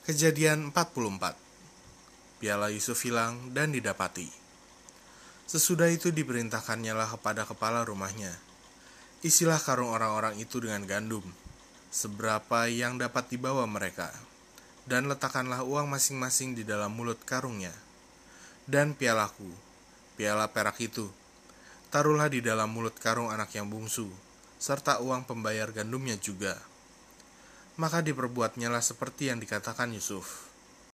Kejadian 44. Piala Yusuf hilang dan didapati. Sesudah itu diperintahkannya lah kepada kepala rumahnya. Isilah karung orang-orang itu dengan gandum, seberapa yang dapat dibawa mereka, dan letakkanlah uang masing-masing di dalam mulut karungnya. Dan pialaku, piala perak itu, taruhlah di dalam mulut karung anak yang bungsu, serta uang pembayar gandumnya juga. Maka diperbuatnyalah seperti yang dikatakan Yusuf.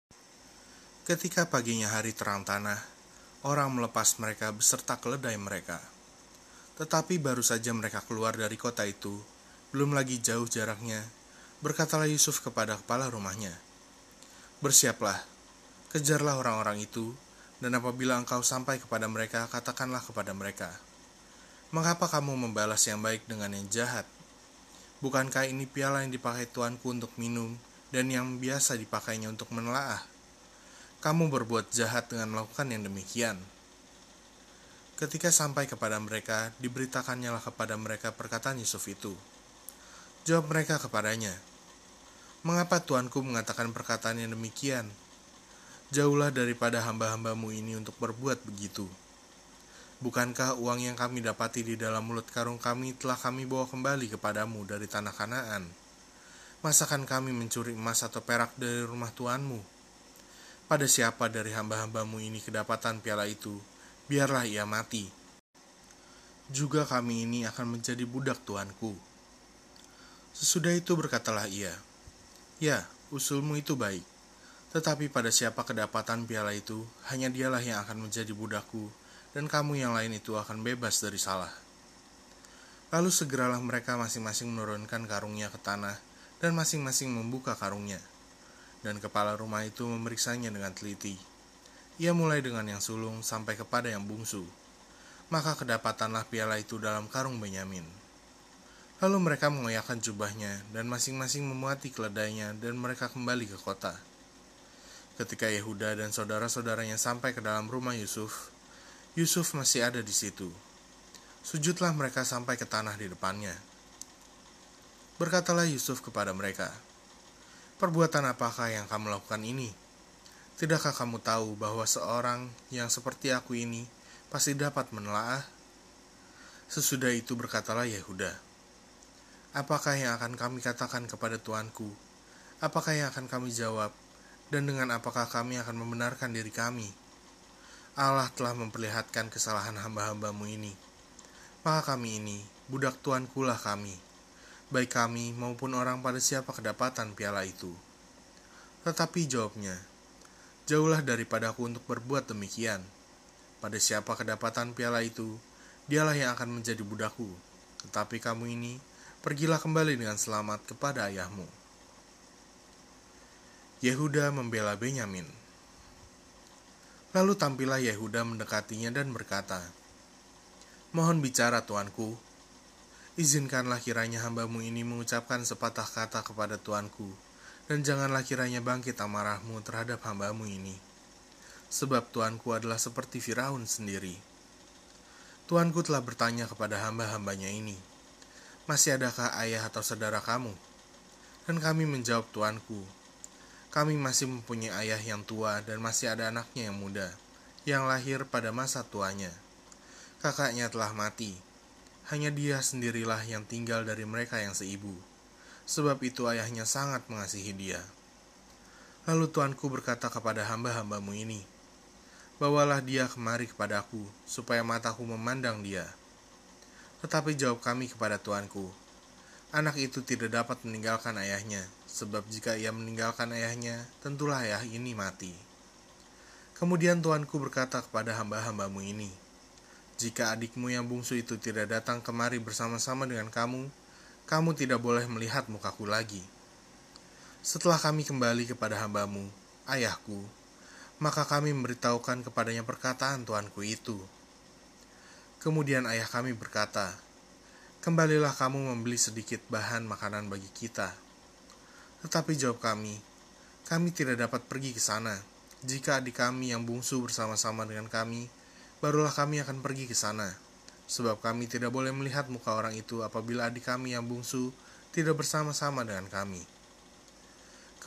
Ketika paginya hari terang tanah, orang melepas mereka beserta keledai mereka. Tetapi baru saja mereka keluar dari kota itu, belum lagi jauh jaraknya, berkatalah Yusuf kepada kepala rumahnya, "Bersiaplah, kejarlah orang-orang itu, dan apabila engkau sampai kepada mereka, katakanlah kepada mereka, 'Mengapa kamu membalas yang baik dengan yang jahat? Bukankah ini piala yang dipakai tuanku untuk minum, dan yang biasa dipakainya untuk menelaah? Kamu berbuat jahat dengan melakukan yang demikian.' Ketika sampai kepada mereka, diberitakannya lah kepada mereka perkataan Yusuf itu. Jawab mereka kepadanya, 'Mengapa tuanku mengatakan perkataan yang demikian? Jauhlah daripada hamba-hambamu ini untuk berbuat begitu. Bukankah uang yang kami dapati di dalam mulut karung kami telah kami bawa kembali kepadamu dari tanah Kanaan? Masakan kami mencuri emas atau perak dari rumah tuanmu? Pada siapa dari hamba-hambamu ini kedapatan piala itu, biarlah ia mati. Juga kami ini akan menjadi budak tuanku.' Sesudah itu berkatalah ia, 'Ya, usulmu itu baik. Tetapi pada siapa kedapatan piala itu, hanya dialah yang akan menjadi budakku, dan kamu yang lain itu akan bebas dari salah.' Lalu segeralah mereka masing-masing menurunkan karungnya ke tanah, dan masing-masing membuka karungnya. Dan kepala rumah itu memeriksanya dengan teliti. Ia mulai dengan yang sulung sampai kepada yang bungsu. Maka kedapatanlah piala itu dalam karung Benyamin. Lalu mereka mengoyakkan jubahnya, dan masing-masing memuati keledainya, dan mereka kembali ke kota. Ketika Yehuda dan saudara-saudaranya sampai ke dalam rumah Yusuf, Yusuf masih ada di situ. Sujudlah mereka sampai ke tanah di depannya. Berkatalah Yusuf kepada mereka, 'Perbuatan apakah yang kamu lakukan ini? Tidakkah kamu tahu bahwa seorang yang seperti aku ini pasti dapat menelaah?' Sesudah itu berkatalah Yehuda, 'Apakah yang akan kami katakan kepada tuanku? Apakah yang akan kami jawab? Dan dengan apakah kami akan membenarkan diri kami? Allah telah memperlihatkan kesalahan hamba-hambamu ini. Maka kami ini, budak tuanku lah kami, baik kami maupun orang pada siapa kedapatan piala itu.' Tetapi jawabnya, 'Jauhlah daripadaku untuk berbuat demikian. Pada siapa kedapatan piala itu, dialah yang akan menjadi budakku. Tetapi kamu ini, pergilah kembali dengan selamat kepada ayahmu.' Yehuda membela Benyamin. Lalu tampillah Yehuda mendekatinya dan berkata, 'Mohon bicara tuanku. Izinkanlah kiranya hambamu ini mengucapkan sepatah kata kepada tuanku, dan janganlah kiranya bangkit amarahmu terhadap hambamu ini. Sebab tuanku adalah seperti Firaun sendiri. Tuanku telah bertanya kepada hamba-hambanya ini, masih adakah ayah atau saudara kamu? Dan kami menjawab tuanku, kami masih mempunyai ayah yang tua dan masih ada anaknya yang muda, yang lahir pada masa tuanya. Kakaknya telah mati, hanya dia sendirilah yang tinggal dari mereka yang seibu. Sebab itu ayahnya sangat mengasihi dia. Lalu tuanku berkata kepada hamba-hambamu ini, bawalah dia kemari kepadaku, supaya mataku memandang dia. Tetapi jawab kami kepada tuanku, anak itu tidak dapat meninggalkan ayahnya, sebab jika ia meninggalkan ayahnya, tentulah ayah ini mati. Kemudian tuanku berkata kepada hamba-hambamu ini, jika adikmu yang bungsu itu tidak datang kemari bersama-sama dengan kamu, kamu tidak boleh melihat mukaku lagi. Setelah kami kembali kepada hambamu, ayahku, maka kami memberitahukan kepadanya perkataan tuanku itu. Kemudian ayah kami berkata, kembalilah kamu membeli sedikit bahan makanan bagi kita. Tetapi jawab kami tidak dapat pergi ke sana. Jika adik kami yang bungsu bersama-sama dengan kami, barulah kami akan pergi ke sana. Sebab kami tidak boleh melihat muka orang itu apabila adik kami yang bungsu tidak bersama-sama dengan kami.'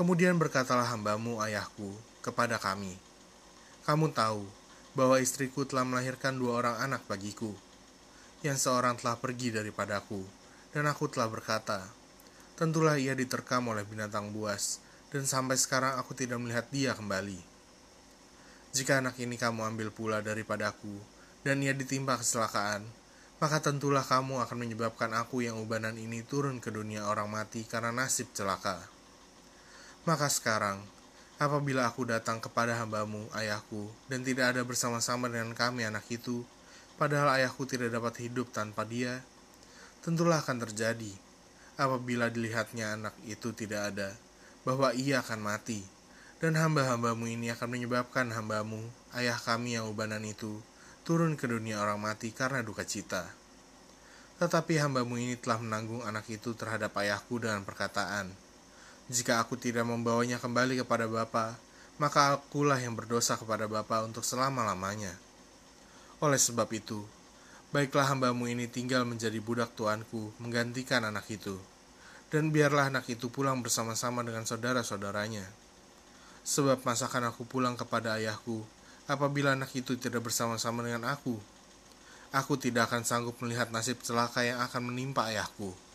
Kemudian berkatalah hambamu ayahku kepada kami, kamu tahu bahwa istriku telah melahirkan 2 orang anak bagiku, yang seorang telah pergi daripadaku, dan aku telah berkata, tentulah ia diterkam oleh binatang buas, dan sampai sekarang aku tidak melihat dia kembali. Jika anak ini kamu ambil pula daripadaku, dan ia ditimpa kecelakaan, maka tentulah kamu akan menyebabkan aku yang ubanan ini turun ke dunia orang mati karena nasib celaka. Maka sekarang, apabila aku datang kepada hambamu, ayahku, dan tidak ada bersama-sama dengan kami anak itu, padahal ayahku tidak dapat hidup tanpa dia, tentulah akan terjadi, apabila dilihatnya anak itu tidak ada, bahwa ia akan mati, dan hamba-hambamu ini akan menyebabkan hambamu, ayah kami yang ubanan itu, turun ke dunia orang mati karena duka cita. Tetapi hambamu ini telah menanggung anak itu terhadap ayahku dengan perkataan, jika aku tidak membawanya kembali kepada Bapa, maka akulah yang berdosa kepada Bapa untuk selama-lamanya. Oleh sebab itu, baiklah hambamu ini tinggal menjadi budak tuanku, menggantikan anak itu, dan biarlah anak itu pulang bersama-sama dengan saudara-saudaranya. Sebab masakan aku pulang kepada ayahku, apabila anak itu tidak bersama-sama dengan aku? Aku tidak akan sanggup melihat nasib celaka yang akan menimpa ayahku.